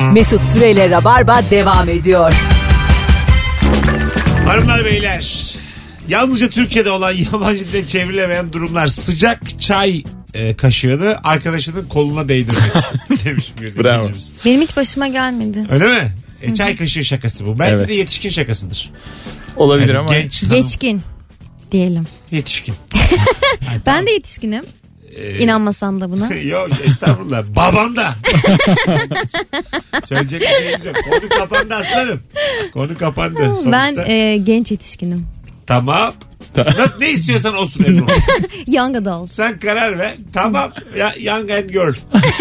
Mesut Süreyle Rabarba devam ediyor. Hanımlar beyler, yalnızca Türkçe'de olan yabancı dile çevrilemeyen durumlar. Sıcak çay kaşığını arkadaşının koluna değdirmek demiş bir Bravo. dinleyicimiz. Benim hiç başıma gelmedi. Öyle mi? Çay kaşığı şakası bu. Belki de yetişkin şakasıdır. Olabilir Yani ama. Geçkin diyelim. Yetişkin. Ben de yetişkinim. İnanmasan da buna. Yok estağfurullah. Babam da. Söyleyecek bir şeyimiz yok. Konu kapandı aslanım. Konu kapandı. Sonuçta... Ben genç yetişkinim. Tamam. Ne istiyorsan olsun Ebru. Young adult. Sen karar ver. Tamam. Young and girl.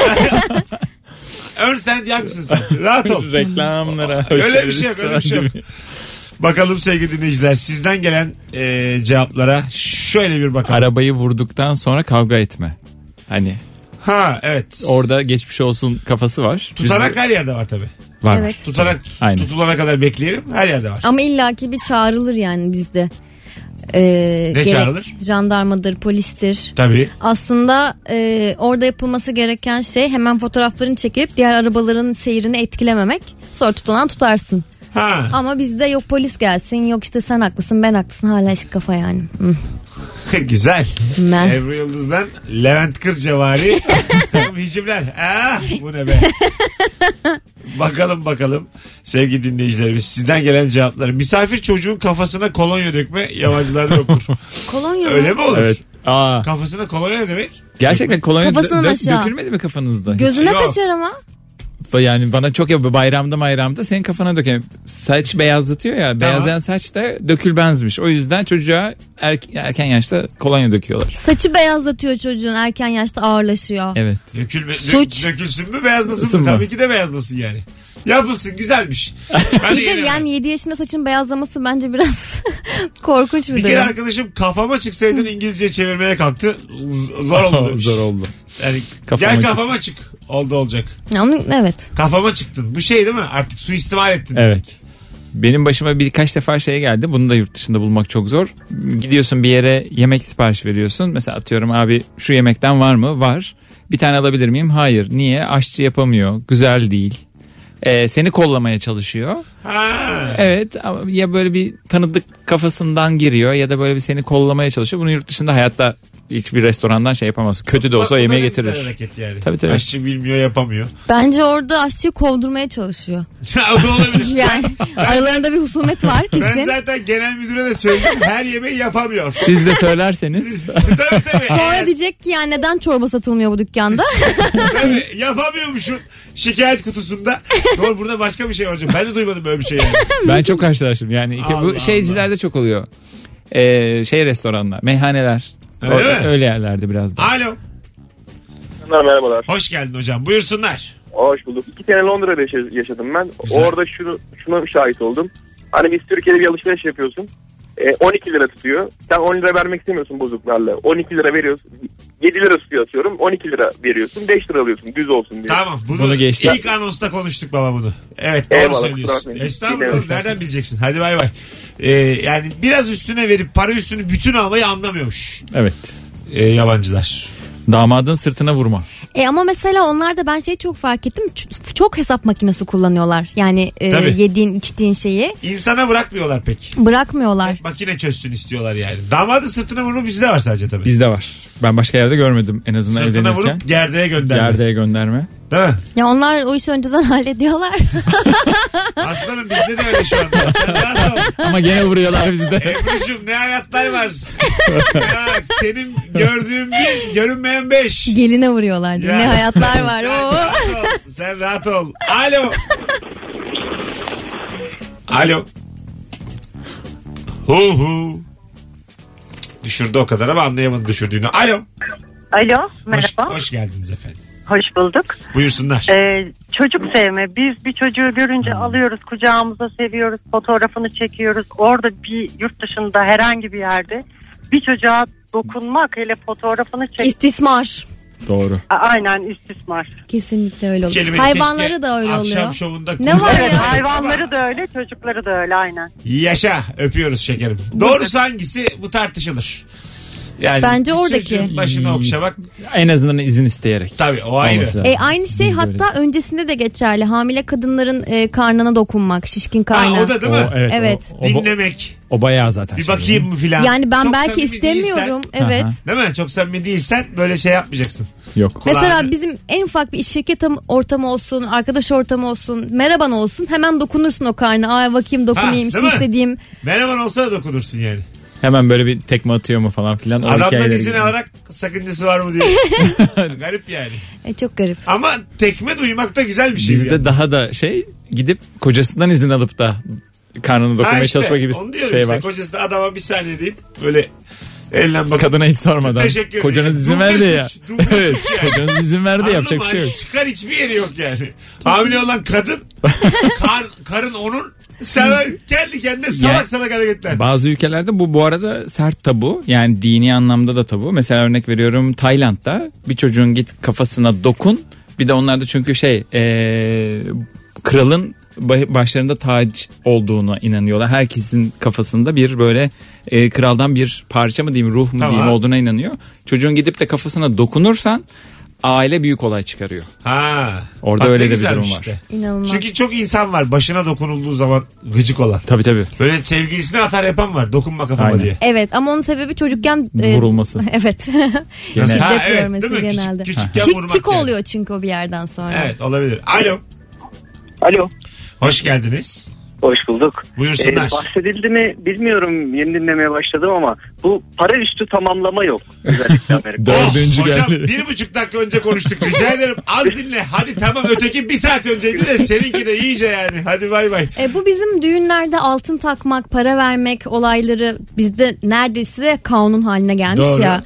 Ernst and Young'sın sen. Rahat ol. Reklamlara. Öyle bir şey yok. Öyle bir şey yok. Bakalım sevgili dinleyiciler, sizden gelen cevaplara şöyle bir bakalım. Arabayı vurduktan sonra kavga etme. Hani. Ha evet. Orada geçmiş olsun kafası var. Tutanak her yerde var tabii. Var. Evet. Tutanak tutulana kadar bekleyelim, her yerde var. Ama illaki bir çağrılır yani bizde. Ne çağrılır? Jandarmadır, polistir. Tabii. Aslında orada yapılması gereken şey hemen fotoğraflarını çekip diğer arabaların seyrini etkilememek. Sonra tutanan tutarsın. Ha. Ama bizde yok polis gelsin, yok işte sen haklısın ben haklısın, hala eski kafa yani. Güzel. Ben. Ebru Yıldız'dan Levent Kırcavari. Tamam hicivler. Bu ne be? Bakalım sevgili dinleyicilerimiz, sizden gelen cevapları. Misafir çocuğun kafasına kolonya dökme yabancılarda yoktur. Kolonya Öyle mi olur? Evet. Kafasına kolonya ne demek? Gerçekten kolonya Kafasından aşağı. dökülmedi mi kafanızda? Gözüne Yok. kaçar ama. Yani bana çok yapıyor. Bayramda senin kafana döküyor. Saç beyazlatıyor ya. Tamam. Beyazlayan saç da dökülmezmiş. O yüzden çocuğa erken yaşta kolonya döküyorlar. Saçı beyazlatıyor çocuğun, erken yaşta ağırlaşıyor. Evet. Suç. Dökülsün mü beyazlasın Isın mı? mı? Tabii ki de beyazlasın yani. Yapılsın, güzelmiş. Bir de yani 7 yaşında saçın beyazlaması bence biraz korkunç bir Bir durum. kere arkadaşım kafama çıksaydın İngilizce çevirmeye kalktı. Zor oldu demiş. Zor oldu. Yani Kafama gel çık. kafama çık. Olacak. Evet. Kafama çıktın. Bu şey değil mi? Artık suistimal ettin. Evet. Benim başıma birkaç defa şey geldi. Bunu da yurt dışında bulmak çok zor. Gidiyorsun bir yere yemek sipariş veriyorsun. Mesela atıyorum abi şu yemekten var mı? Var. Bir tane alabilir miyim? Hayır. Niye? Aşçı yapamıyor. Güzel değil. Seni kollamaya çalışıyor. Ha. Evet ama ya böyle bir tanıdık kafasından giriyor ya da böyle bir seni kollamaya çalışıyor. Bunu yurt dışında hayatta hiçbir restorandan şey yapamaz. Kötü de olsa Bu da yemeğe ne güzel getirir. hareket yani. Tabii. Aşçı bilmiyor, yapamıyor. Bence orada aşçıyı kovdurmaya çalışıyor. O da olabilir. Yani aralarında bir husumet var Ben kesin. zaten genel müdüre de söyledim. Her yemeği yapamıyor. Siz de söylerseniz. Tabii. Sonra diyecek ki yani neden çorba satılmıyor bu dükkanda? Tabii yapamıyormuşsun şikayet kutusunda. Doğru, burada başka bir şey olacak. Ben de duymadım böyle bir şey yani. Ben çok karşılaştım. Yani Allah bu şeycilerde çok oluyor. Restoranlar, meyhaneler. Öyle mi? Öyle yerlerde biraz da. Alo. Merhabalar. Hoş geldin hocam. Buyursunlar. Hoş bulduk. 2 sene Londra'da yaşadım ben. Güzel. Orada şuna şahit oldum. Hani biz Türkiye'de bir alışveriş yapıyorsun. 12 lira tutuyor. Sen 10 lira vermek istemiyorsun bozuklarla. 12 lira veriyorsun. 7 lira tutuyor atıyorum. 12 lira veriyorsun. 5 lira alıyorsun. Düz olsun diye. Tamam. Bunu geçti. İlk anonsta konuştuk baba bunu. Evet doğru Eyvallah, söylüyorsun. kusura bakmayın. Estağfurullah. Nereden bileceksin? Hadi bay bay. Yani biraz üstüne verip para üstünü bütün almayı anlamıyormuş. Evet. Yabancılar. Damadın sırtına vurma. Ama mesela onlar da ben şeyi çok fark ettim. Çok hesap makinesi kullanıyorlar. Yani Tabii. yediğin içtiğin şeyi İnsana bırakmıyorlar pek. bırakmıyorlar. Makine çözsün istiyorlar yani. Damadın sırtına vurma bizde var sadece tabii. Bizde var. Ben başka yerde görmedim en azından Sırtına evlenirken. vurup gerdeğe gönderme. Gerdeğe gönderme. Değil mi? Ya onlar o işi önceden hallediyorlar. Aslanım bizde de öyle şu anda. Sen rahat ol. Ama gene vuruyorlar bizde. Ebru'cum ne hayatlar var. Ya, senin gördüğün bir, görünmeyen 5. Geline vuruyorlar diye. Ya. Ne hayatlar var. Sen Oo. rahat ol. Sen rahat ol. Alo. Alo. Hu. Düşürdü o kadar ama anlayamadım düşürdüğünü. Alo. Alo, merhaba. Hoş geldiniz efendim. Hoş bulduk. Buyursunlar. Çocuk sevme. Biz bir çocuğu görünce alıyoruz, kucağımıza seviyoruz, fotoğrafını çekiyoruz. Orada bir yurt dışında herhangi bir yerde bir çocuğa dokunmak, hele fotoğrafını çekmek. İstismar. Doğru. Aynen, istismar. Kesinlikle öyle oluyor. Kelimeyi Hayvanları keşke da öyle akşam oluyor. şovunda Ne var Evet, ya? hayvanları da öyle, çocukları da öyle, aynen. Yaşa, öpüyoruz şekerim. Doğrusu hangisi bu tartışılır. Yani Bence bir oradaki. çocuğun başını okşamak En azından izin isteyerek. tabii o ayrı. Olması lazım. Aynı şey Biz de hatta öncesinde de geçerli. Hamile kadınların karnına dokunmak, şişkin karnına. Ha, o da değil mi? Evet. Evet. Dinlemek. O bayağı zaten. Bir şey. bakayım mı filan. Yani ben Çok belki samimi istemiyorum. değilsen, Evet. Aha. değil mi? Çok samimi değilsen böyle şey yapmayacaksın. Yok. Mesela Kulağını- bizim en ufak bir şirket ortamı olsun, arkadaş ortamı olsun, merhaban olsun, hemen dokunursun o karnına. Ay bakayım dokunayım, Ha, işte değil mi? istediğim. Merhaban olsa da dokunursun yani. Hemen böyle bir tekme atıyor mu falan filan. O Adamdan hikayeleri izin gibi. alarak sakıncası var mı diye. Garip yani. Çok garip. Ama tekme duymak da güzel bir şey. Bizde yani. daha da gidip kocasından izin alıp da karnını Ha dokunmaya işte, çalışma gibi onu diyorum şey işte. var. Kocası da adama bir saniye deyip böyle elinden bakıp. Kadına hiç sormadan. Teşekkür ederim. Kocanız izin Duble verdi ya. suç, duble Evet. suç yani. Kocanız izin verdi, Anladın yapacak mı? bir şey yok. Hani çıkar hiçbir yeri yok yani. Hamile olan kadın karın onun sever kendi kendine salak Yani- salak hareketler. Bazı ülkelerde bu arada sert tabu. Yani dini anlamda da tabu. Mesela örnek veriyorum, Tayland'da bir çocuğun git kafasına dokun. Bir de onlarda çünkü kralın başlarında tac olduğuna inanıyorlar. Herkesin kafasında bir böyle kraldan bir parça mı diyeyim, ruh mu Tamam. diyeyim olduğuna inanıyor. Çocuğun gidip de kafasına dokunursan aile büyük olay çıkarıyor. Ha. Orada Bak ne öyle de bir güzelmiş durum var. işte. İnanılmaz. Çünkü çok insan var başına dokunulduğu zaman gıcık olan. Tabii. Böyle sevgilisine atar yapan var dokunma kafama Aynen. diye. Evet, ama onun sebebi çocukken Vurulması. Evet. Genel. Şiddet görmesi değil mi? genelde. Küçükken Tik vurmak tik yani. oluyor çünkü o bir yerden sonra. Evet olabilir. Alo. Alo. Hoş geldiniz. Hoş bulduk. Buyursunlar. Bahsedildi mi bilmiyorum, yeni dinlemeye başladım ama bu para üstü tamamlama yok. Özellikle Amerika'da. Dördüncü hocam geldi. 1,5 dakika önce konuştuk. Rica ederim az dinle. Hadi tamam öteki 1 saat önceydi de seninki de iyice yani. Hadi bay bay. Bu bizim düğünlerde altın takmak, para vermek olayları bizde neredeyse kanun haline gelmiş Doğru. ya.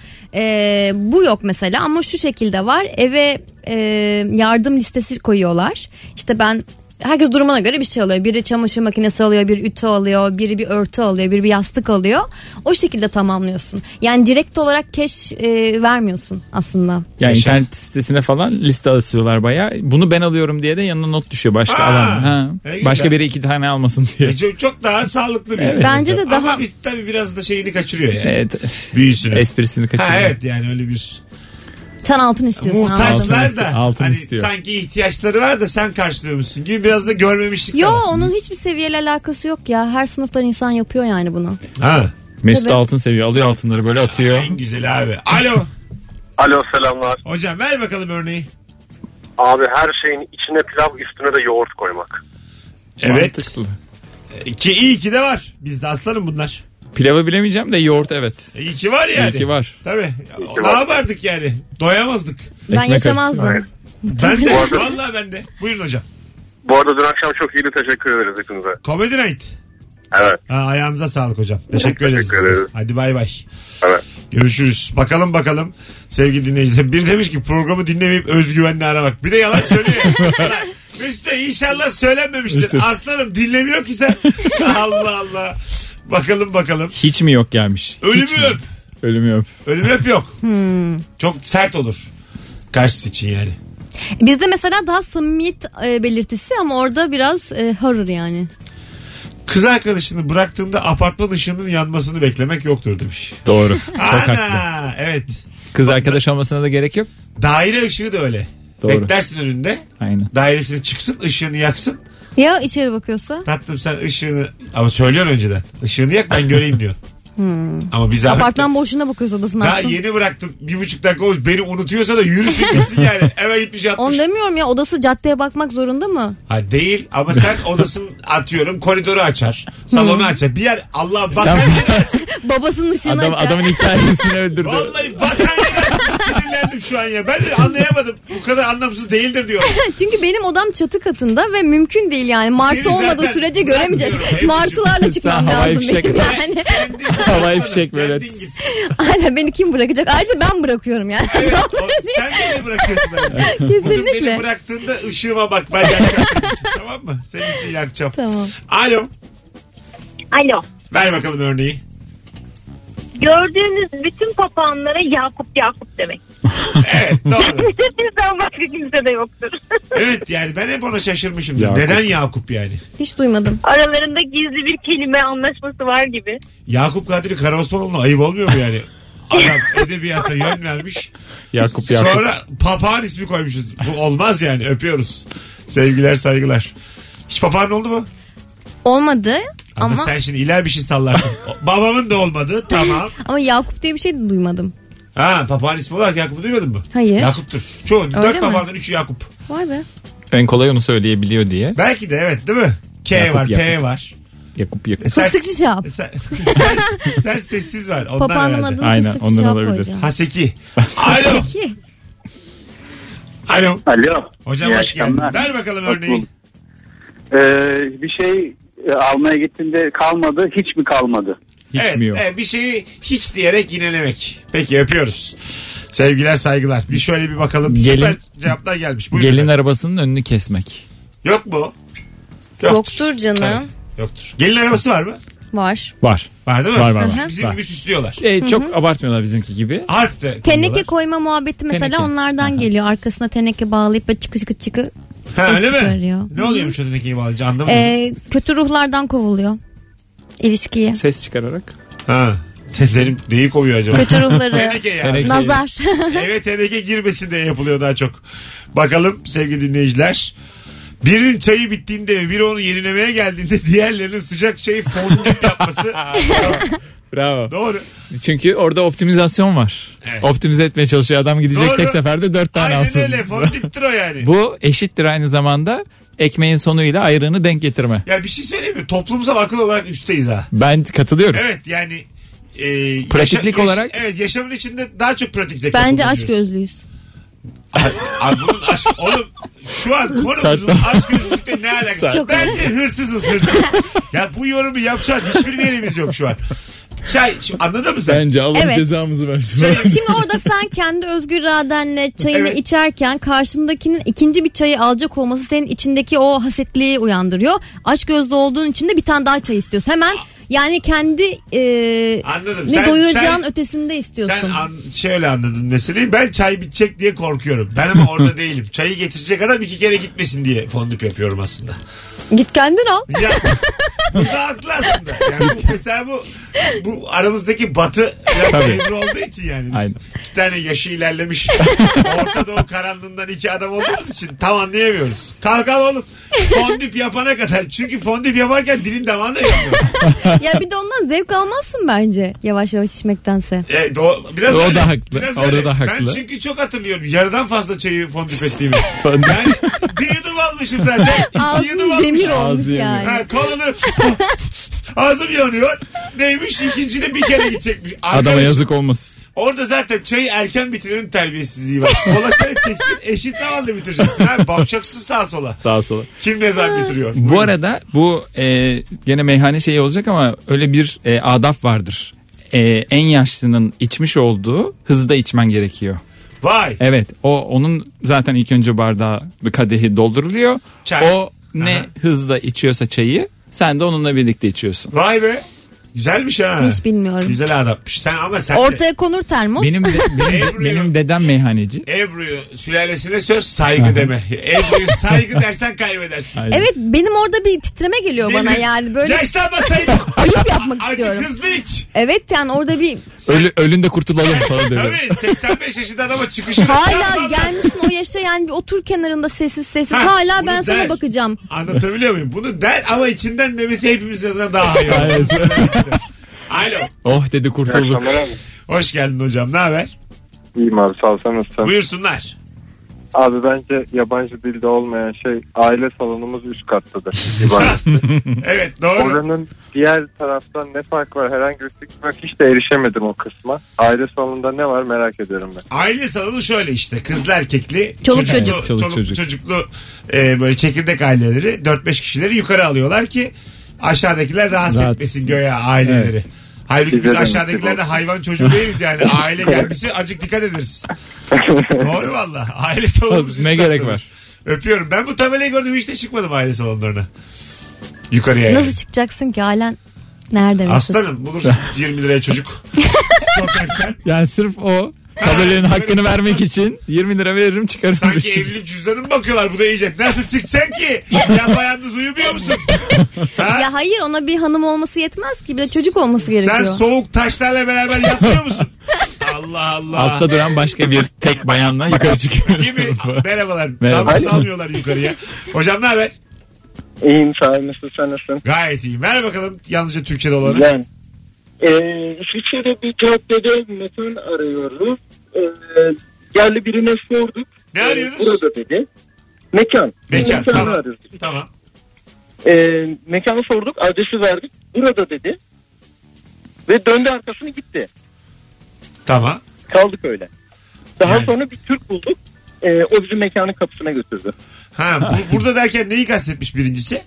Bu yok mesela, ama şu şekilde var. Eve yardım listesi koyuyorlar. İşte herkes durumuna göre bir şey alıyor. Biri çamaşır makinesi alıyor, biri ütü alıyor, biri bir örtü alıyor, biri bir yastık alıyor. O şekilde tamamlıyorsun. Yani direkt olarak cash vermiyorsun aslında. Yani Yaşa. internet sitesine falan liste asıyorlar bayağı. Bunu ben alıyorum diye de yanına not düşüyor başka Aa, alan. Ha. güzel. Başka biri 2 tane almasın diye. Çok daha sağlıklı bir Evet. Bence de Ama daha- biz tabii biraz da şeyini kaçırıyor yani. Evet. Büyüsünü. Esprisini kaçırıyor. Ha evet yani öyle bir Sen altın istiyorsun. anladım. muhtaçlar da Altın hani istiyor. sanki ihtiyaçları var da sen karşılıyormuşsun gibi biraz da görmemişlik Yo, de var. onun hiçbir seviyeyle alakası yok ya. Her sınıftan insan yapıyor yani bunu. Ha. Mesut Tabii. altın seviyor. Alıyor altınları böyle atıyor. En güzel abi. Alo. Alo, selamlar. Hocam ver bakalım örneği. Abi her şeyin içine pilav, üstüne de yoğurt koymak. Evet. Mantıklı. İyi ki de var. Bizde aslanım bunlar. Pilavı bilemeyeceğim de yoğurt evet. İyi ki var yani. İyi ki var. Tabii. Ne var. yapardık yani? Doyamazdık. Ben Ekmek yaşamazdım. arası. Ben de. Vallahi ben de. Buyurun hocam. Bu arada dün akşam çok iyiydi, teşekkür ederiz hepinize. Comedy Night. Evet. Ha, ayağınıza sağlık hocam. Teşekkür ederiz. Teşekkür ederiz. Hadi bay bay. Evet. Görüşürüz. Bakalım sevgili dinleyiciler. Bir demiş ki programı dinlemeyip özgüvenle aramak. Bir de yalan söylüyor. Mesut Bey inşallah söylenmemiştir. İşte. Aslanım dinlemiyor ki sen. Allah Allah. Bakalım. Hiç mi yok gelmiş? Ölümü Hiç mi? öp. Ölümü öp. Ölümü öp yok. Çok sert olur. Karşısı için yani. Bizde mesela daha samimiyet belirtisi, ama orada biraz horror yani. Kız arkadaşını bıraktığında apartman ışığının yanmasını beklemek yoktur demiş. Doğru. Çok haklı. Ana, evet. Kız arkadaş olmasına da gerek yok. Daire ışığı da öyle. Doğru. Beklersin önünde. Aynen. Dairesini çıksın, ışığını yaksın. Ya içeri bakıyorsa? Tatlım sen ışığını ama söylüyorsun önceden. Işığını yak ben göreyim diyor. Ama biz Apartman boşluğuna bakıyorsa odasına daha atsın. yeni bıraktım. 1,5 dakika olmuş. Beni unutuyorsa da yürüsün gitsin yani. Eve gitmiş Onu yatmış. demiyorum ya, odası caddeye bakmak zorunda mı? Ha değil ama sen odasını atıyorum. Koridoru açar. Salonu açar. Bir yer Allah bakan Sen- yeri aç. Babasının ışığını açar. Adamın hikayesini öldürdü. Vallahi bakan yeri aç. Sinirlendim şu an ya. Ben de anlayamadım. Bu kadar anlamsız değildir diyor. Çünkü benim odam çatı katında ve mümkün değil yani. Martı Seni olmadığı zaten sürece göremeyeceğiz. bırakmıyorum. Hep Martılarla çıkmam Sen havai lazım fişek- benim yani. Kendin Havai git. fişek böyle. Kendin git. Aynen, beni kim bırakacak? Ayrıca ben bırakıyorum yani. Evet, sen beni bırakıyorsun bence. Bugün Kesinlikle. beni bıraktığında ışığıma bak ben yakacağım senin için, tamam mı? Senin için yakacağım. Tamam. Alo. Alo. Ver bakalım örneği. Gördüğünüz bütün papağanlara Yakup demek. Evet doğru. Bizden başka kimse de yoktur. Evet yani ben hep ona şaşırmışımdır. Yakup. Neden Yakup yani? Hiç duymadım. Aralarında gizli bir kelime anlaşması var gibi. Yakup Kadri Karaosmanoğlu'na ayıp olmuyor mu yani? Adam edebiyata yön vermiş. Yakup. Sonra papağan ismi koymuşuz. Bu olmaz yani, öpüyoruz. Sevgiler saygılar. Hiç papağan oldu mu? Olmadı Ama sen şimdi iler bir şey sallarsın. Babamın da olmadı, tamam. ama Yakup diye bir şey de duymadım. Ha, papağan ismi olarak Yakup'u duymadın mı? Hayır. Yakup'tur. Çoğu 4 mi? papağandan 3'ü Yakup. Vay be. En kolay onu söyleyebiliyor diye. Belki de evet, değil mi? K Yakup, var, P Yakup. var. Yakup. Fıstıkçı şap. Sen sessiz var. Ondan Papağanın herhalde. adını Aynen, fıstıkçı ondan şap olabilir. koyacağım. Haseki. Alo. Peki. Alo. Alo. Hocam İyi hoş geldin. akşamlar. Ver bakalım Hoş örneği. bulduk. Bir şey almaya gittiğinde kalmadı, hiç mi kalmadı? Hiç mi yok? Evet, bir şeyi hiç diyerek yinelemek. Peki, öpüyoruz. Sevgiler saygılar. Bir şöyle bir bakalım. Süper cevaplar gelmiş. Buyurun Gelin efendim. arabasının önünü kesmek. Yok mu? Yoktur canım. Tabii, yoktur. Gelin arabası var mı? Var. Var. Var değil mi? Var. Bizim Var. gibi süslüyorlar. Çok abartmıyorlar bizimki gibi. Harf de Teneke koyuyorlar. koyma muhabbeti mesela Teneke. onlardan geliyor. Arkasına teneke bağlayıp böyle çıkı çıkı çıkı Ha, ses öyle mi? çıkarıyor. Ne oluyormuş o tenekeyi bağlayınca, anlamadım. Kötü ruhlardan kovuluyor. İlişkiyi. Ses çıkararak. Ha. Benim neyi kovuyor acaba? Kötü ruhları. Teneke yani. Teneke. Nazar. Eve teneke girmesin diye yapılıyor daha çok. Bakalım sevgili dinleyiciler. Birinin çayı bittiğinde ve biri onu yenilemeye geldiğinde diğerlerinin sıcak çayı fondip yapması. Bravo. Doğru. Çünkü orada optimizasyon var. Evet. Optimize etmeye çalışıyor. Adam gidecek Doğru. tek seferde 4 tane Aynen alsın. öyle, fondiptir o yani. Bu eşittir aynı zamanda ekmeğin sonuyla ayrığını denk getirme. Ya bir şey söyleyeyim mi? Toplumsal akıl olarak üstteyiz ha. Ben katılıyorum. Evet yani. Pratiklik olarak. Evet, yaşamın içinde daha çok pratik zeka. Bence aç kullanıyoruz. gözlüyüz. Abi bunun aşk oğlum şu an konumuzun aşk gözlükle ne alakası var? Çok Bence hırsızız. Ya bu yorumu yapacak hiçbir verimiz yok şu an. Çay anladın mı sen? Bence Allah Evet. cezamızı versin. Şimdi orada sen kendi özgür iradenle çayını Evet. içerken karşındakinin ikinci bir çayı alacak olması senin içindeki o hasetliği uyandırıyor. Açgözlü olduğun için de bir tane daha çay istiyorsun. Hemen yani kendi Anladım. ne Sen doyuracağın çay- ötesinde istiyorsun. Sen şöyle anladın meseleyi. Ben çay bitecek diye korkuyorum. Ben ama orada değilim. Çayı getirecek adam 2 kere gitmesin diye fondip yapıyorum aslında. Git kendin al. Ya, bu da haklı aslında. Yani mesela bu aramızdaki batı biraz evri olduğu için yani. Biz Aynen. 2 tane yaşı ilerlemiş Orta Doğu karanlığından 2 adam olduğumuz için tam anlayamıyoruz. Kalkalım oğlum. Fondip yapana kadar. Çünkü fondip yaparken dilin damağında yanıyor. Ya bir de ondan zevk almazsın bence yavaş yavaş içmektense. Biraz O öyle. da haklı. Biraz Orada öyle. da haklı. Ben çünkü çok hatırlıyorum. Yarıdan fazla çayı fondip ettiğimi. Fondip. Yani bir yudum almışım zaten. 2 yudum Ağzın demir almışım. olmuş Ağzı yani. Ha, kolunu ağzım yanıyor. Neymiş? İkincide bir kere gidecekmiş. Adama Arkadaşım, yazık olmasın. orada zaten çayı erken bitirenin terbiyesizliği var. Kola çay çeksin, eşit zamanda bitireceksin. Ha, bakacaksın sağa sola. Sağa sola. Kim ne zaman bitiriyor? Bu arada bu gene meyhane şeyi olacak ama öyle bir adap vardır. En yaşlının içmiş olduğu hızda içmen gerekiyor. Vay. Evet, onun zaten ilk önce bardağı bir kadehi dolduruluyor. Çay. O ne Aha. hızla içiyorsa çayı sen de onunla birlikte içiyorsun. Vay be. Güzelmiş ha. Hiç bilmiyorum. Güzel adapmış. Sen ama sen de Ortaya konur termos. Benim dedem meyhaneci. Ebru'yu sülalesine söz saygı deme. Ebru'yu saygı dersen kaybedersin. Aynen. Evet benim orada bir titreme geliyor bana yani böyle Yaşlanmasaydın. ayıp yapmak Acı istiyorum. hızlı iç. Evet yani orada bir Ölün de kurtulalım falan diyor. Tabii 85 yaşında adama çıkışını hala gelmişsin o yaşa yani bir otur kenarında sessiz sessiz Ha, hala bunu ben sana der. bakacağım. Anlatabiliyor muyum? Bunu der ama içinden demesi hepimiz adına daha hayır. Alo. Oh dedi kurtulduk. Hoş geldin hocam. Ne haber? İyiyim abi, sağ ol, sen nasılsın? Buyursunlar. Abi bence yabancı dilde olmayan şey aile salonumuz üst kattadır. Evet doğru. Oranın diğer taraftan ne fark var, herhangi bir fikrim yok, hiç de erişemedim o kısma. Aile salonunda ne var merak ediyorum ben. Aile salonu şöyle işte kızlı erkekli Çoluk çocuklu böyle çekirdek aileleri 4-5 kişileri yukarı alıyorlar ki aşağıdakiler rahatsız Rahat. etmesin göya aileleri. Evet. Halbuki biz Bize de aşağıdakiler de hayvan çocuğu değiliz yani. Aile gelmişse acık dikkat ederiz. Doğru valla. Aile salonumuz Ne üst gerek katta. var? Öpüyorum. Ben bu tabelayı gördüm, hiç de çıkmadım aile salonlarına. Yukarıya yani. Nasıl çıkacaksın ki halen nerede Mesut? Aslanım bulursun 20 liraya çocuk. Sokaktan. Yani sırf o tabelanın hakkını vermek için 20 lira veririm çıkarım. Sanki evlilik cüzdanı mı bakıyorlar, bu da iyice. Nasıl çıkacaksın ki? Yapayalnız uyumuyor musun? Ha? Ya hayır ona bir hanım olması yetmez ki bir de çocuk olması gerekiyor. Sen soğuk taşlarla beraber yatmıyor musun? Allah Allah. Altta duran başka bir tek bayanla yukarı çıkıyoruz. Kimi? Merhabalar. Merhaba. Tam salmıyorlar yukarıya. Hocam ne haber? İyiyim sağ ol Mesut, sen nasılsın? Gayet iyi. Ver bakalım yalnızca Türkçe'de olanı. Ben İsviçre'de bir caddede mekan arıyoruz. Geldi birine sorduk. Ne arıyoruz? Burada dedi. Mekan. Mekan, tamam. Arıyoruz. Tamam. Mekanı sorduk, adresi verdik. Burada dedi. Ve döndü arkasını gitti. Tamam. Kaldık öyle. Daha Yani. sonra bir Türk bulduk. O bizi mekanın kapısına götürdü. Ha, burada derken neyi kastetmiş birincisi?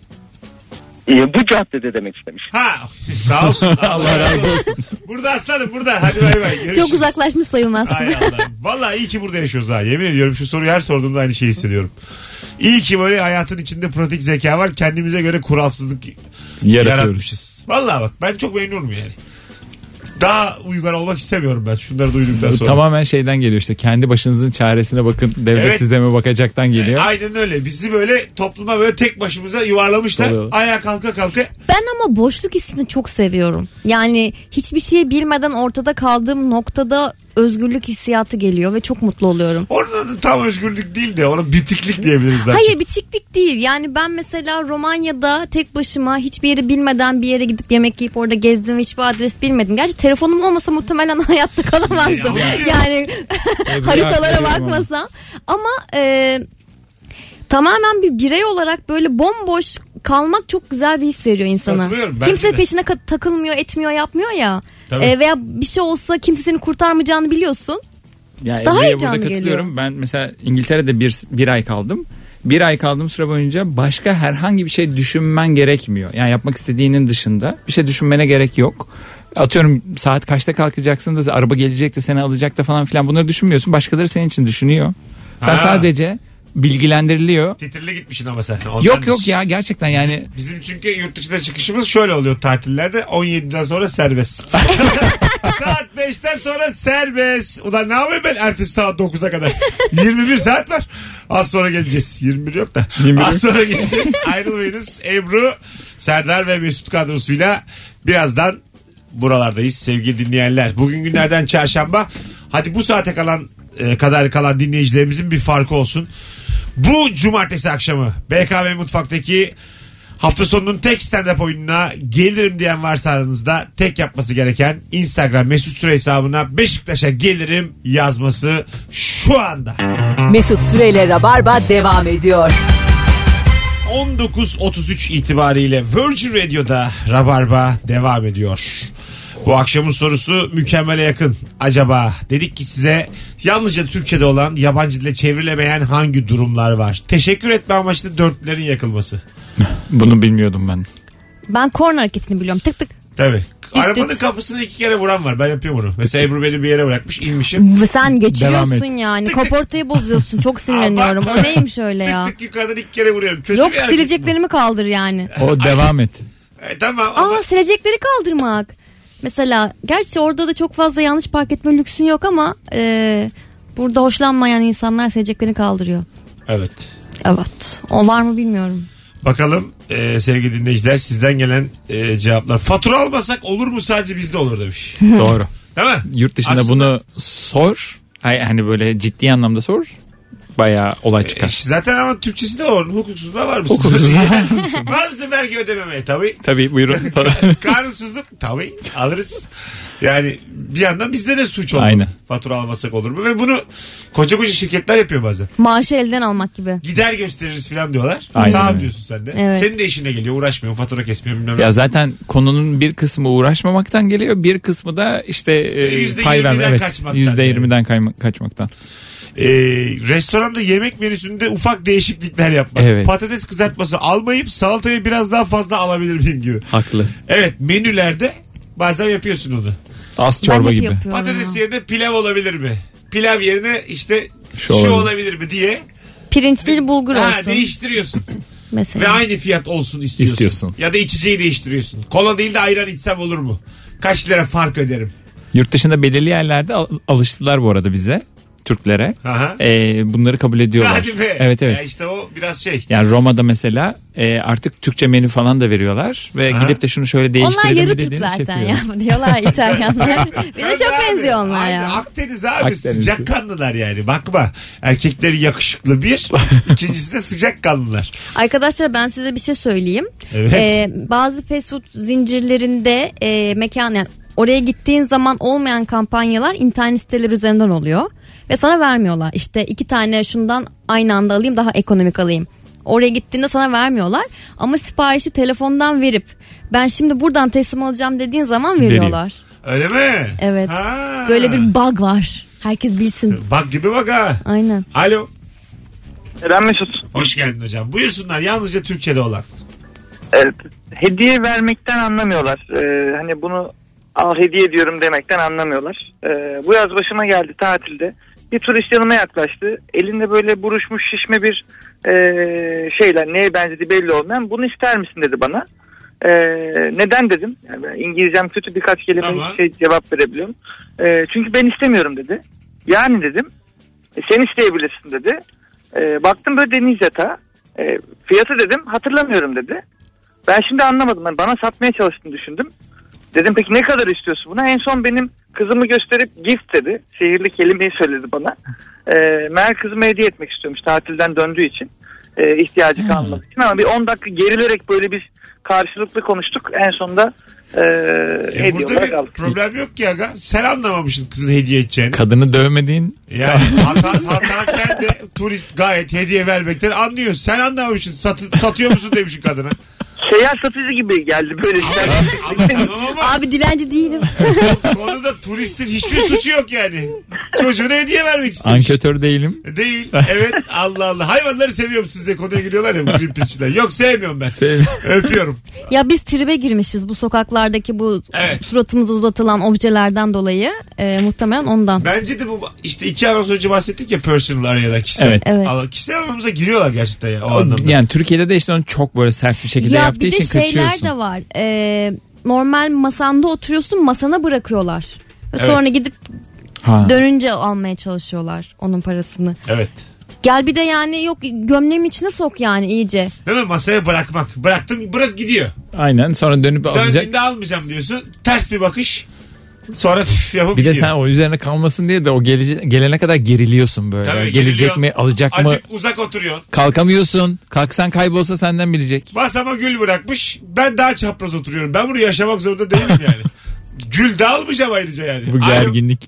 Bu caddede demek istemiş. Ha, sağ olsun. Allah razı olsun. Burada aslanım burada. Hadi bay bay. Görüşürüz. Çok uzaklaşmış sayılmazsın. Hay Allah. Vallahi iyi ki burada yaşıyoruz ha. Yemin ediyorum şu soruyu her sorduğumda aynı şeyi hissediyorum. İyi ki böyle hayatın içinde pratik zeka var. Kendimize göre kuralsızlık yaratmışız. Vallahi bak ben çok memnunum yani. Daha uygar olmak istemiyorum ben şunları duyduktan sonra. Tamamen şeyden geliyor işte. Kendi başınızın çaresine bakın. Devlet Evet. size mi bakacaktan geliyor. Aynen öyle. Bizi böyle topluma böyle tek başımıza yuvarlamışlar. Tabii. Ayağa kalka kalka. Ben ama boşluk hissini çok seviyorum. Yani hiçbir şey bilmeden ortada kaldığım noktada özgürlük hissiyatı geliyor ve çok mutlu oluyorum. Orada da tam özgürlük değil de ona bitiklik diyebiliriz belki. Hayır, bitiklik değil. Yani ben mesela Romanya'da tek başıma hiçbir yeri bilmeden bir yere gidip yemek yiyip orada gezdim ve hiçbir adres bilmedim. Gerçi telefonum olmasa muhtemelen hayatta kalamazdım. Yani haritalara bakmasam. Ama tamamen bir birey olarak böyle bomboş kalmak çok güzel bir his veriyor insana. Katılıyorum, bence Kimse de. peşine takılmıyor, etmiyor, yapmıyor ya. Tabii. Veya bir şey olsa kimse seni kurtarmayacağını biliyorsun. Yani Daha Ebru'ya heyecanlı burada katılıyorum. geliyor. Ben mesela İngiltere'de bir ay kaldım. Bir ay kaldığım süre boyunca başka herhangi bir şey düşünmen gerekmiyor. Yani yapmak istediğinin dışında bir şey düşünmene gerek yok. Atıyorum saat kaçta kalkacaksın da araba gelecek de seni alacak da falan filan, bunları düşünmüyorsun. Başkaları senin için düşünüyor. Sen sadece bilgilendiriliyor. Titirli gitmişsin ama sen. Ondan Yok ya gerçekten yani. Bizim çünkü yurt dışına çıkışımız şöyle oluyor tatillerde. 17'den sonra serbest. Saat 5'ten sonra serbest. Ulan ne yapayım ben ertesi saat 9'a kadar. 21 saat var. Az sonra geleceğiz. 21 yok da. 21 Az sonra geleceğiz. Ayrılmayınız. Ebru, Serdar ve Mesut kadrosuyla birazdan buralardayız sevgili dinleyenler. Bugün günlerden çarşamba. Hadi bu saate kadar kalan dinleyicilerimizin bir farkı olsun. Bu cumartesi akşamı BKM Mutfak'taki hafta sonunun tek stand-up oyununa gelirim diyen varsa aranızda tek yapması gereken Instagram Mesut Süre hesabına Beşiktaş'a gelirim yazması şu anda. Mesut Süreyle Rabarba devam ediyor. 19.33 itibariyle Virgin Radio'da Rabarba devam ediyor. Bu akşamın sorusu mükemmele yakın. Acaba dedik ki size yalnızca Türkçe'de olan, yabancı dile çevrilemeyen hangi durumlar var? Teşekkür etme amaçlı dörtlerin yakılması. Bunu bilmiyordum ben. Ben korna hareketini biliyorum. Tık tık. Tabii. Arabanın düt. kapısını 2 kere vuran var. Ben yapıyorum onu. Mesela Ebru beni bir yere bırakmış, inmişim. Ve sen geçiriyorsun Devam yani. Kaportayı bozuyorsun. Çok sinirleniyorum. O neymiş öyle ya? Tık tık yukarıdan 2 kere vuruyorum. Kötü Yok, bir hareket mi? sileceklerimi kaldır yani. O devam et. Tamam ama Silecekleri kaldırmak. Mesela gerçi orada da çok fazla yanlış park etme lüksün yok ama burada hoşlanmayan insanlar sileceklerini kaldırıyor. evet. Evet. O var mı bilmiyorum. Bakalım sevgili dinleyiciler sizden gelen cevaplar. Fatura almasak olur mu, sadece bizde olur demiş. Doğru. Değil mi? Yurt dışında Aslında- bunu sor. Hani böyle ciddi anlamda sor. Bayağı olay çıkar. Zaten ama Türkçesi de var. Hukuksuzluğa var mısın? Hukuksuzluğa var mısın? Var mısın vergi ödememeye? Tabii. Tabii buyurun. Kanunsuzluk tabii alırız. Yani bir yandan bizde de suç olur. Aynen. Fatura almasak olur mu? Ve bunu koca şirketler yapıyor bazen. Maaşı elden almak gibi. Gider gösteririz falan diyorlar. Aynen Tamam öyle. diyorsun sen de. Evet. Senin de işine geliyor, uğraşmıyor, fatura kesmiyor bilmem ne. Ya zaten konunun bir kısmı uğraşmamaktan geliyor. Bir kısmı da işte pay %20'den verme. Evet. kaçmaktan %20'den kaçmaktan. Restoranda yemek menüsünde ufak değişiklikler yapmak. Evet. Patates kızartması almayıp salatayı biraz daha fazla alabilir miyim gibi. Haklı. Evet, menülerde bazen yapıyorsun onu. Az Ben çorba hep gibi. yapıyorum Patates ya. yerine pilav olabilir mi? Pilav yerine işte şu olabilir. olabilir mi diye Pirinç değil bulgur olsun. değiştiriyorsun. Mesela. Ve aynı fiyat olsun istiyorsun. Ya da içeceği değiştiriyorsun. Kola değil de ayran içsem olur mu? Kaç lira fark öderim? Yurt dışında belirli yerlerde alıştılar bu arada bize. Türklere. Aha. Bunları kabul ediyorlar. Hadi be. Evet. Ya işte o biraz şey. Yani Roma'da mesela artık Türkçe menü falan da veriyorlar ve gidip de şunu şöyle değiştirelim onlar yarı dediğini Türk zaten şey ya diyorlar İtalyanlar. Bize çok benziyor onlar Aynı ya. Akdeniz abi, Akdeniz. sıcakkanlılar yani. Bakma, erkekleri yakışıklı bir, ikincisi de sıcakkanlılar. Arkadaşlar ben size bir şey söyleyeyim. Evet. Bazı fast food zincirlerinde mekan, yani oraya gittiğin zaman olmayan kampanyalar internet siteleri üzerinden oluyor. Ve sana vermiyorlar. İşte 2 tane şundan aynı anda alayım, daha ekonomik alayım. Oraya gittiğinde sana vermiyorlar. Ama siparişi telefondan verip ben şimdi buradan teslim alacağım dediğin zaman veriyorlar. Öyle mi? Evet. Ha. Böyle bir bug var. Herkes bilsin. Bak gibi bak ha. Aynen. Alo. Eren Mesut. Hoş geldin hocam. Buyursunlar, yalnızca Türkçe'de olan. Evet, hediye vermekten anlamıyorlar. Hani bunu al hediye diyorum demekten anlamıyorlar. Bu yaz başıma geldi tatilde. Bir turist yanıma yaklaştı. Elinde böyle buruşmuş şişme bir şeyler, neye benzediği belli olmayan, bunu ister misin dedi bana. Neden dedim. Yani İngilizcem kötü, birkaç kelime cevap verebiliyorum. Çünkü ben istemiyorum dedi. Yani dedim sen isteyebilirsin dedi. Baktım böyle deniz yatağı. Fiyatı dedim hatırlamıyorum dedi. Ben şimdi anlamadım. Yani bana satmaya çalıştığını düşündüm. Dedim peki ne kadar istiyorsun buna? En son benim kızımı gösterip gift dedi. Sihirli kelimeyi söyledi bana. Meğer kızıma hediye etmek istiyormuş tatilden döndüğü için. İhtiyacı kalmadığı için. Ama bir 10 dakika gerilerek böyle bir karşılıklı konuştuk. En sonunda hediye olarak aldık. Burada bir problem yok ki aga. Sen anlamamışsın kızın hediye edeceğini. Kadını dövmediğin. Yani hata sen de, turist gayet hediye vermekten anlıyorsun. Sen anlamamışsın. Satıyor musun demişsin kadına. Seyyar satıcı gibi geldi böyle. Ama Abi dilenci değilim. konuda turistin hiçbir suçu yok yani. Çocuğuna hediye vermek istemiş. Anketör değilim. Değil. Evet, Allah Allah. Hayvanları seviyor musunuz diye konuya giriyorlar ya Greenpeace'çiler. Yok, sevmiyorum ben. Öpüyorum. Ya biz tribe girmişiz bu sokaklardaki bu suratımıza uzatılan objelerden dolayı. Muhtemelen ondan. Bence de bu işte 2 anons önce bahsettik ya, personal araya kişisel. Evet. Kişisel alanımıza giriyorlar gerçekten ya o anlamda. Yani Türkiye'de de işte onu çok böyle sert bir şekilde yaptığı için kaçıyorsun. Ya bir de şeyler de var. Normal masanda oturuyorsun, masana bırakıyorlar. Evet. Sonra gidip dönünce almaya çalışıyorlar onun parasını. Evet. Gel bir de yani yok gömleğimin içine sok yani iyice. Değil mi? Masaya bırakmak. Bıraktım, bırak gidiyor. Aynen, sonra dönüp alacak. Döndüğünde almayacağım diyorsun. Ters bir bakış. Sonra yapıp bir gidiyor. de sen o üzerine kalmasın diye de o gelene kadar geriliyorsun böyle. Tabii, gelecek geriliyor. mi, alacak mı? Acık uzak oturuyorsun. Kalkamıyorsun. Kalksan kaybolsa senden bilecek. Masama gül bırakmış. Ben daha çapraz oturuyorum. Ben bunu yaşamak zorunda değilim yani. Gül de almayacağım ayrıca yani. Bu gerginlik.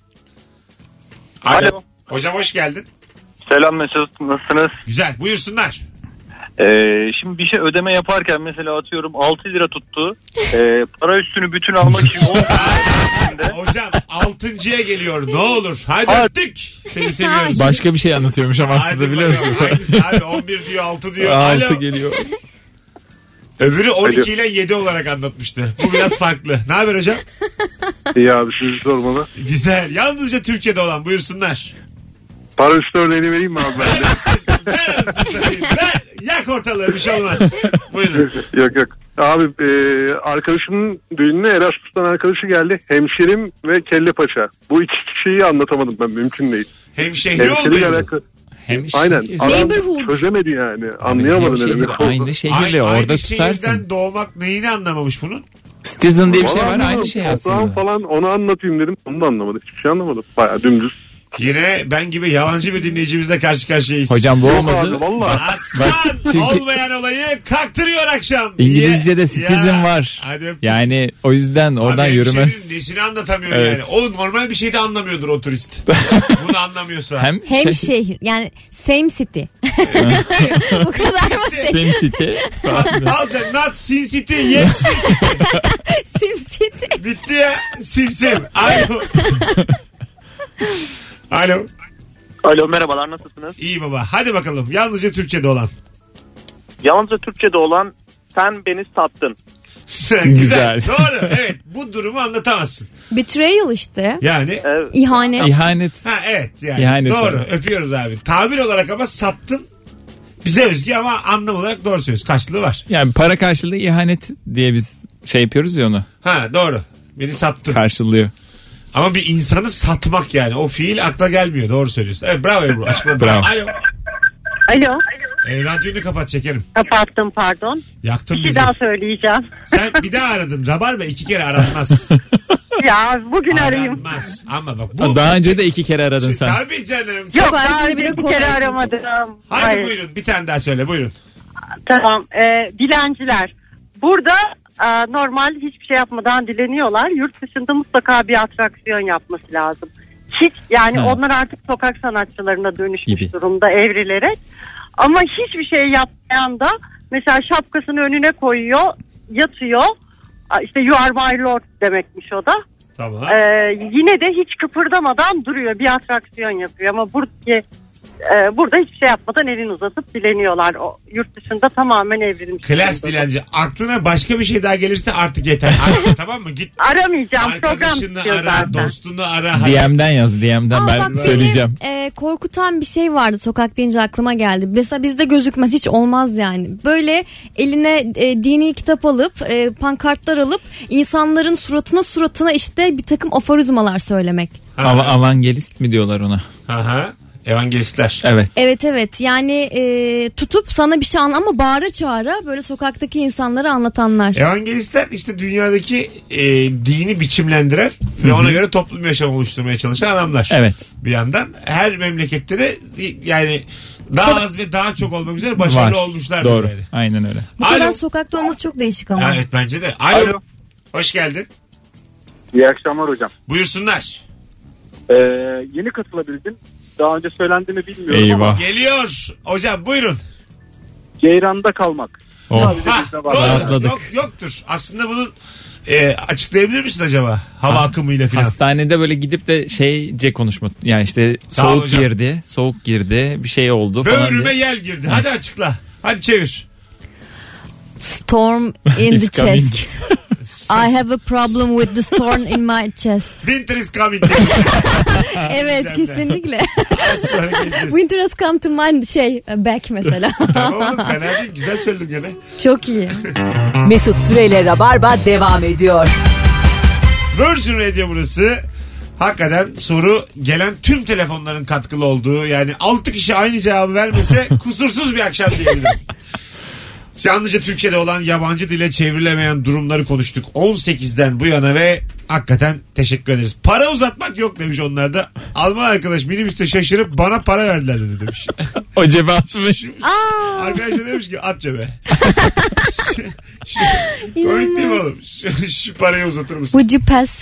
Alo. Hocam hoş geldin. Selam Mesut, nasılsınız? Güzel, buyursunlar. Şimdi bir şey ödeme yaparken mesela atıyorum 6 lira tuttu. Para üstünü bütün almak için 10 lira. Hocam 6.'ya geliyor, ne olur. Hadi öptük. Seni seviyoruz. Başka bir şey anlatıyormuş ama aslında biliyor musun? Abi 11 diyor, 6 diyor. 6 Alo. geliyor. Öbürü 12 ile 7 olarak anlatmıştı. Bu biraz farklı. Ne haber hocam? İyi abi, sizi sormalı. Güzel. Yalnızca Türkiye'de olan, buyursunlar. Para üstü örneğini vereyim mi abi ben de? Ver. Yak ortalığı, bir şey olmaz. Buyurun. Yok. Abi arkadaşımın düğününe Erasmus'tan arkadaşı geldi. Hemşerim ve kelle paça. Bu iki kişiyi anlatamadım ben, mümkün değil. Hemşehri olmuyor. Aynen. Adam Neighborhood. çözemedi yani. Anlayamadı ne demek olduğunu. Aynı şehirle orada tutarsın. Şehirden doğmak neyini anlamamış bunun? Citizen diye bir şey var, Vallahi aynı şey toprağın aslında. falan, onu anlatayım dedim. Onu da anlamadım. Hiçbir şey anlamadım. Bayağı dümdüz. Yine ben gibi yabancı bir dinleyicimizle karşı karşıyayız. Hocam bu olmadı. Abi, vallahi. Aslan çünkü- olmayan olayı kaktırıyor akşam. İngilizce'de Ya. citizen var. Hadi öptük. Yani o yüzden oradan Abi yürümez. hemşerinin nesini anlatamıyor Evet. yani. O normal bir şey de anlamıyordur o turist. Bunu anlamıyorsa. Hem şehir yani same city. Bu kadar basit. Same City. Al sen, not Sin City, yes Sim city. bitti ya. Sim. Alo. Alo. Alo, merhabalar, nasılsınız? İyi baba. Hadi bakalım. Yalnızca Türkçe'de olan. Yalnızca Türkçe'de olan sen beni sattın. Güzel. Doğru. Evet. Bu durumu anlatamazsın. Betrayal işte. Yani. Evet. İhanet. İhanet. Ha evet yani. İhanet doğru. var. Öpüyoruz abi. Tabir olarak ama sattın. Bize özgü ama anlam olarak doğru söylüyorsun. Karşılığı var. Yani para karşılığı ihanet diye biz şey yapıyoruz ya onu. Ha doğru. Beni sattın. Karşılıyor. Ama bir insanı satmak yani. O fiil akla gelmiyor. Doğru söylüyorsun. Evet, bravo Ebru. Açıkla. Bravo. Alo. Alo. Radyonu kapat şekerim. Kapattım, pardon. Yaktın Bir bizi. şey daha söyleyeceğim. Sen bir daha aradın. Rabarba 2 kere aranmaz. Ya bugün arayayım. Aranmaz. Ama bak bu... Daha önce de 2 kere aradın sen. Tabii canım. Yok, Ben daha şimdi bir de bir kere kolay- aramadım. Hadi Hayır. buyurun. Bir tane daha söyle. Buyurun. Tamam. Dilenciler. Burada normal hiçbir şey yapmadan dileniyorlar. Yurt dışında mutlaka bir atraksiyon yapması lazım. Hiç yani onlar artık sokak sanatçılarına dönüşmüş Gibi. durumda, evrilerek. Ama hiçbir şey yapmayan da mesela şapkasını önüne koyuyor, yatıyor. İşte you are my lord demekmiş o da. Tamam. Yine de hiç kıpırdamadan duruyor, bir atraksiyon yapıyor. Ama burada hiçbir şey yapmadan elini uzatıp dileniyorlar. O yurt dışında tamamen evrilmiş. Klas dilenci. Aklına başka bir şey daha gelirse artık yeter. Artık, tamam mı? Git Aramayacağım, program arkadaşını bitiyor ara, zaten. dostunu ara. DM'den yaz, DM'den Aa, ben bak söyleyeceğim. Benim korkutan bir şey vardı sokak deyince aklıma geldi. Mesela bizde gözükmez, hiç olmaz yani. Böyle eline dini kitap alıp pankartlar alıp insanların suratına işte bir takım aforizmalar söylemek. Avangelist mi diyorlar ona? Aha. Evangelistler. Evet. Evet yani tutup sana bir şey ama bağıra çağıra böyle sokaktaki insanlara anlatanlar. Evangelistler işte dünyadaki dini biçimlendiren ve ona göre toplum yaşam oluşturmaya çalışan adamlar. Evet. Bir yandan her memlekette de yani daha az ve daha çok olmak üzere başarılı olmuşlar. Doğru. Yani. Aynen öyle. Bu kadar sokakta olması çok değişik ama. Evet bence de. Alo. Hoş geldin. İyi akşamlar hocam. Buyursunlar. Yeni katılabildim. Daha önce söylendi mi bilmiyorum Eyvah. ama Geliyor. Hocam buyurun. Ceyranda kalmak. Sadece Ha, bizde var. doğru. Rahatladık. Yoktur. Aslında bunu açıklayabilir misin acaba? Hava akımıyla falan. Hastanede böyle gidip de şeyce konuşma. Yani işte Sağ ol hocam. soğuk girdi, bir şey oldu falan Böğrüme diye. yel girdi. Hadi açıkla. Hadi çevir. Storm in Is the coming. chest. I have a problem with the storm in my chest. Winter is coming. Evet kesinlikle. Az sonra geleceğiz. Winter has come to mind back mesela. Tamam oğlum fena değil. Güzel söyledim gene. Çok iyi. Mesut Süreyle Rabarba devam ediyor. Virgin Radio burası. Hakikaten soru gelen tüm telefonların katkılı olduğu yani 6 kişi aynı cevabı vermese kusursuz bir akşam diyebilirim. Yalnızca Türkçe'de olan yabancı dile çevrilemeyen durumları konuştuk 18'den bu yana ve hakikaten teşekkür ederiz. Para uzatmak yok demiş onlar da. Alman arkadaş minibüste şaşırıp bana para verdiler dedi demiş. O cebe atmış. Arkadaş da demiş ki at cebe. Komik değil mi oğlum? Şu parayı uzatır mısın? Would you pass?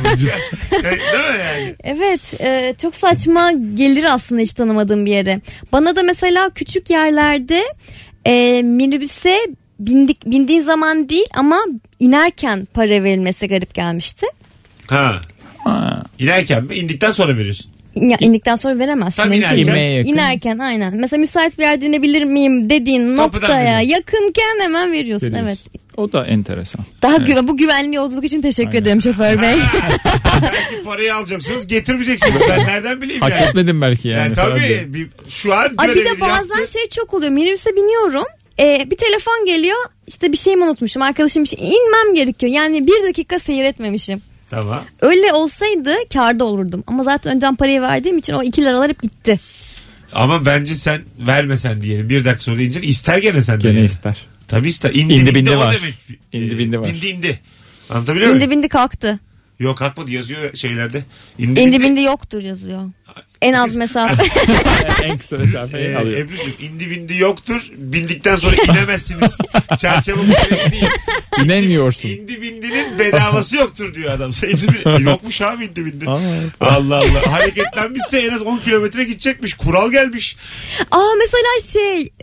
Değil mi yani? Evet çok saçma gelir aslında hiç tanımadığım bir yere. Bana da mesela küçük yerlerde minibüse bindiğin zaman değil ama inerken para verilmesi garip gelmişti. Ha. İnerken mi? İndikten sonra veriyorsun. Ya, indikten sonra veremezsin. Tam inerken. İnmeye yakın. İnerken aynen. Mesela müsait bir yerde inebilir miyim dediğin Kapıdan noktaya veriyorsun. yakınken hemen veriyorsun. Veriyorsun. Evet. O da enteresan. Daha Evet. bu güvenli yolculuk için teşekkür Aynen. ederim şoför bey. Belki parayı alacaksınız getirmeyeceksiniz. Ben nereden bileyim Hak yani. etmedim belki yani. Yani tabii şu an Ay bir görevini de bazen yaptı. şey çok oluyor. Minibüse biniyorum. Bir telefon geliyor. İşte bir şeyimi unutmuşum. Arkadaşım bir şey. İnmem gerekiyor. Yani 1 dakika seyretmemişim. Tamam. Öyle olsaydı kârda olurdum. Ama zaten önceden parayı verdiğim için o 2 liralar hep gitti. Ama bence sen vermesen diyelim. 1 dakika sonra deyince ister gene sen de. Gene yani. ister. Tabii ister. İndi bindi o var. demek. İndi bindi var. İndi. Anlatabiliyor muyum? İndi bindi kalktı. Yok kalkmadı yazıyor şeylerde. İndi İndi bindi yoktur yazıyor. En az mesafe. En kısa mesafeyi alıyor. Ebru'cum indi bindi yoktur. Bindikten sonra inemezsiniz. Çarşamba bu değil. İnemiyorsun. İndi bindinin bedavası yoktur diyor adam. Sen indi bindi. Yokmuş abi indi bindi. Aa, Allah Allah. Hareketlenmişse en az 10 kilometre gidecekmiş. Kural gelmiş. Mesela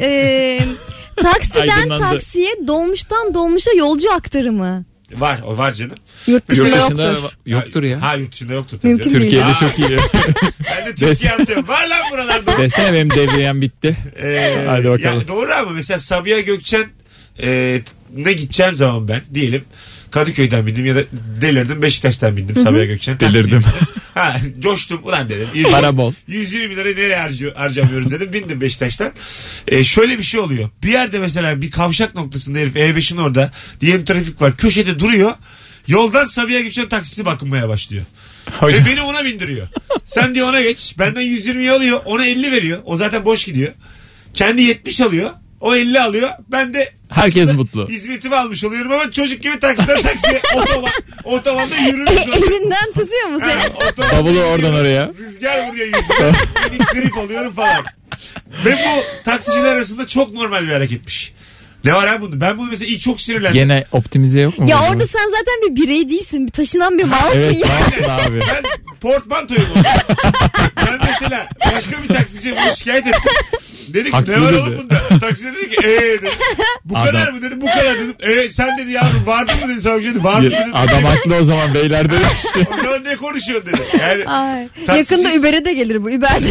taksiden Aydınlandı. taksiye, dolmuştan dolmuşa yolcu aktarımı. Var o var canım. Yurt dışında Yurt dışında yoktur. yoktur ya. Ha yurt dışında yoktur tabii. Mümkün canım. değil. Türkiye'de Aa. çok iyi. Ben de Türkiye anlatıyorum. Var lan buralarda. Desene benim devriyem bitti. Hadi bakalım. Ya doğru ama mesela Sabiha Gökçen ne gideceğim zaman ben diyelim Kadıköy'den bindim ya da delirdim Beşiktaş'tan bindim Sabiha Gökçen. Delirdim. Ha coştum ulan dedim. Para bol. 120 lira nereye harcamıyoruz dedim. Bindim Beşiktaş'tan. Şöyle bir şey oluyor. Bir yerde mesela bir kavşak noktasında herif E5'in orada diyelim trafik var. Köşede duruyor. Yoldan Sabiha Gökçen taksisi bakınmaya başlıyor. Hocam. Ve beni ona bindiriyor. Sen diyor ona geç. Benden 120'yi alıyor. Ona 50 veriyor. O zaten boş gidiyor. Kendi 70 alıyor. O 50 alıyor. Ben de Herkes mutlu. hizmetimi almış oluyorum ama çocuk gibi taksiden taksiye otobanda yürürüz. Elinden tutuyor mu seni? Bavulu oradan oraya. Rüzgar vuruyor yüzüme. Grip oluyorum falan. Ve bu taksiciler arasında çok normal bir hareketmiş. Ne var ha bunda? Ben bunu mesela ilk çok sinirlendim. Gene optimize yok mu? Ya orada sen zaten bir birey değilsin. Bir taşınan bir malsın Evet ya. malsın abi. Ben portmantoyum onu. Ben mesela başka bir taksiciye bunu şikayet ettim. Dedik Haklı ne var dedi. oğlum bunda? Taksici dedi ki dedi. Bu kadar mı dedi, bu kadar dedim. Sen dedi yavrum vardı mı dedi savcı dedi. Vardı mı dedi. Adam haklı o zaman beyler demiş. O zaman ne konuşuyorsun dedi. Yani Ay, taksici- yakında Uber'e de gelir bu. Uber'de.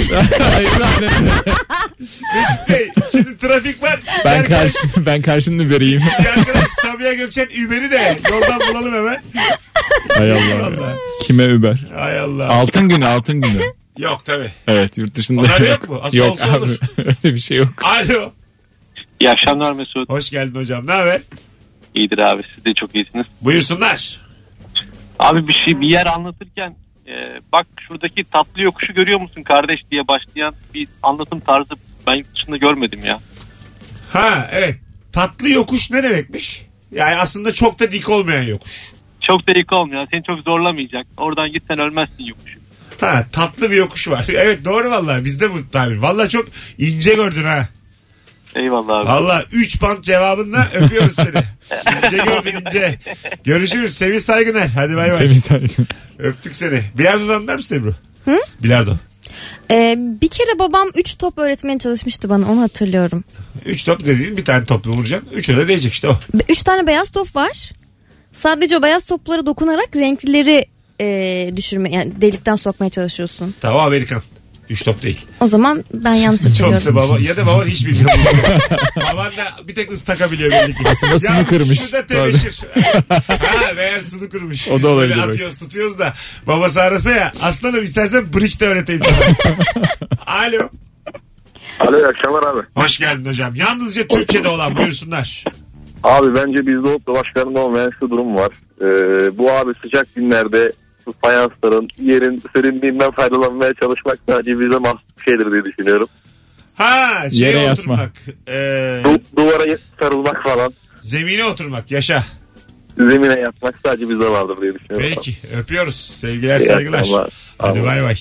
Mesut Bey şimdi trafik var. Ben karşını vereyim. Bir arkadaş Sabiha Gökçen Uber'i de yoldan bulalım hemen. Hay Allah. Ya. Kime Uber? Hay Allah. Altın günü. Yok tabii. Evet yurt dışında Onlar yok mu? Aslında yok olsa abi. olur. Öyle bir şey yok. Alo. İyi akşamlar Mesut. Hoş geldin hocam. Ne haber? İyidir abi, siz de çok iyisiniz. Buyursunlar. Abi bir yer anlatırken bak şuradaki tatlı yokuşu görüyor musun kardeş diye başlayan bir anlatım tarzı ben yurt dışında görmedim ya. Ha evet. Tatlı yokuş ne demekmiş? Yani aslında çok da dik olmayan yokuş. Çok da ilk olmuyor. Seni çok zorlamayacak. Oradan gitsen ölmezsin yokuşu. Ha tatlı bir yokuş var. Evet doğru vallahi bizde bu tabir. Vallahi çok ince gördün ha. Eyvallah abi. Vallahi 3 bant cevabınla öpüyoruz seni. İnce gördün ince. Görüşürüz. Sevil Saygıner. Hadi bay bay. Sevil Saygıner. Öptük seni. Bilardo'dan anlar mısın Ebru? Hı? Bilardo. Bir kere babam 3 top öğretmeye çalışmıştı bana, onu hatırlıyorum. 3 top dediğin bir tane topla vuracaksın. 3'e de değecek işte o. 3 tane beyaz top var. Sadece o beyaz toplara dokunarak renklileri düşürme, yani delikten sokmaya çalışıyorsun. Tamam Amerikan. 3 top değil. O zaman ben yanlış hatırlıyorum. Çok da baba ya da baban hiç bilmiyor. Baban da bir tek ıstaka biliyor belli ki. Aslında sunu kırmış. Şurada tebeşir. Ha meğer sunu kırmış. O da Biz olabilir böyle bak. atıyoruz tutuyoruz da babası arasa ya aslanım istersen bridge de öğreteyim sana. Alo. Alo iyi akşamlar abi. Hoş geldin hocam. Yalnızca Türkçe'de olan buyursunlar. Abi bence bizde olup da başkalarında olmayan şu durum var. Bu abi sıcak günlerde şu fayansların yerin serinliğinden faydalanmaya çalışmak sadece bize mahsus bir şeydir diye düşünüyorum. Ha Yere şeye yatma. oturmak. Duvara sarılmak falan. Zemine oturmak. Yaşa. Zemine yatmak sadece bize vardır diye düşünüyorum. Peki öpüyoruz. Sevgiler İyi saygılar. akşamlar. Hadi Tamam. bay bay.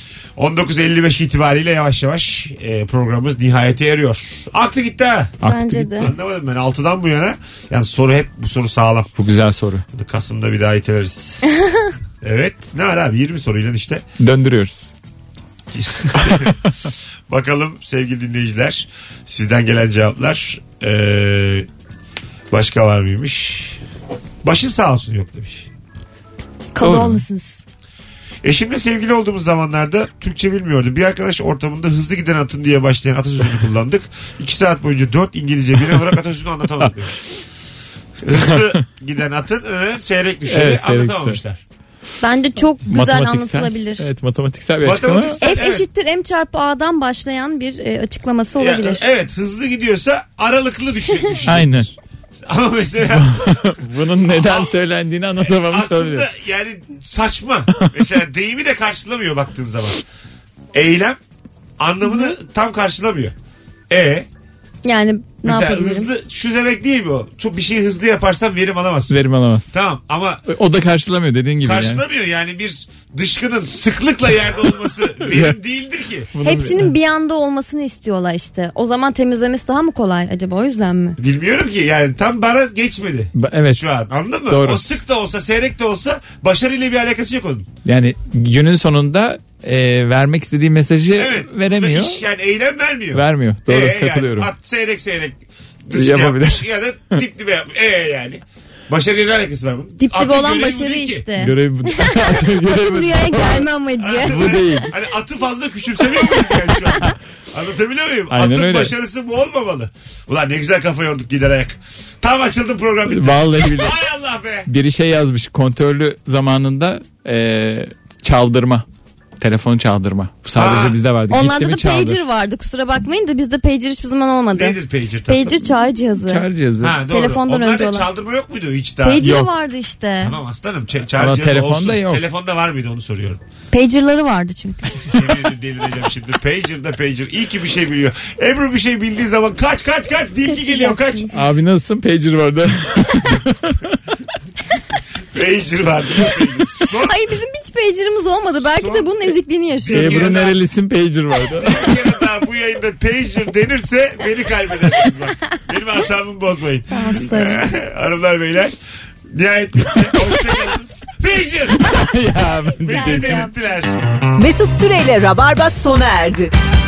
19.55 itibariyle yavaş yavaş programımız nihayete eriyor. Aklı gitti ha. Bence de. Anlamadım ben 6'dan bu yana. Yani soru hep bu soru sağlam. Bu güzel soru. Kasım'da bir daha iteleriz. Evet. Ne var abi 20 soruyla işte. Döndürüyoruz. Bakalım sevgili dinleyiciler. Sizden gelen cevaplar. Başka var mıymış? Başın sağ olsun yok demiş. Kadı Doğru. olmasınız. Eşimle sevgili olduğumuz zamanlarda Türkçe bilmiyordu. Bir arkadaş ortamında hızlı giden atın diye başlayan atasözünü kullandık. 2 saat boyunca 4 İngilizce bir olarak atasözünü anlatamadık demiş. Hızlı giden atın öne seyrek düşeni Evet, seyrek anlatamamışlar. Bence çok güzel Matematiksel- anlatılabilir. Evet matematiksel bir açıklama. Matematiksel, F evet. eşittir M çarpı A'dan başlayan bir açıklaması olabilir. Ya, evet hızlı gidiyorsa aralıklı düşecek. Aynen. Ama mesela Bunun neden söylendiğini anlatamamış olabilir. aslında yani saçma. Mesela deyimi de karşılamıyor baktığın zaman. Eylem anlamını tam karşılamıyor. Yani ne Mesela yapabilirim? hızlı şu demek değil mi o? Çok bir şeyi hızlı yaparsan verim alamazsın. Verim alamaz. Tamam ama O da karşılamıyor dediğin gibi yani. karşılamıyor yani bir dışkının sıklıkla yerde olması verim değildir ki. Hepsinin bir anda olmasını istiyorlar işte. O zaman temizlemesi daha mı kolay acaba, o yüzden mi? Bilmiyorum ki yani tam bana geçmedi. Evet. Şu an anladın mı? Doğru. O sık da olsa seyrek de olsa başarıyla bir alakası yok onun. Yani günün sonunda vermek istediği mesajı veremiyor. Ve iş, yani eylem vermiyor. Vermiyor. Doğru katılıyorum. Yani at seyrek Yapabilir. yapmış ya da dip dibe yapmış. Yani. Başarıyla alakası var bunun. Dip dibe Atın olan görevi bu başarı değil ki. işte. Görev bu. Görev bu. Dünyaya gelme amacı. Bu değil. Hani atı fazla küçümsemiyor muyuz yani şu anda? Anlatabiliyor muyum? Aynen Atın öyle. başarısı bu olmamalı. Ulan ne güzel kafa yorduk gider ayak. Tam açıldı program bitti. Vallahi billahi. Hay Allah be. Biri şey yazmış, kontörlü zamanında çaldırma. Telefon çaldırma. Bu sadece bizde vardı. Onlarda Gitti da mi çaldır. pager vardı. Kusura bakmayın da bizde pager hiçbir zaman olmadı. Nedir pager tatlım? Pager çağrı cihazı. Çağrı cihazı. Ha, doğru. Telefondan önce Onlarda olan. çaldırma yok muydu hiç daha? Pager Yok. vardı işte. Tamam aslanım. Ama Çağrı cihazı telefonda olsun. yok. Telefonda var mıydı onu soruyorum. Pager'ları vardı çünkü. Yemin ederim delireceğim şimdi. Pager. İyi ki bir şey biliyor. Ebru bir şey bildiği zaman kaç. Dilki geliyor kaç. Abi nasılsın? Pager vardı. Pager vardı. Son Hayır bizim hiç pager'ımız olmadı. Belki de bunun ezikliğini yaşıyoruz. Ebru nerelisin? Pager vardı. bir kere daha bu yayında pager denirse beni kaybedersiniz bak. Benim asabımı bozmayın. Tamam, söyle. Hanımlar beyler. Nihayet bitti. Hoşçakalınız. Pager. Ya ben de Beni delirttiler. Mesut Süreyle Rabarba sona erdi.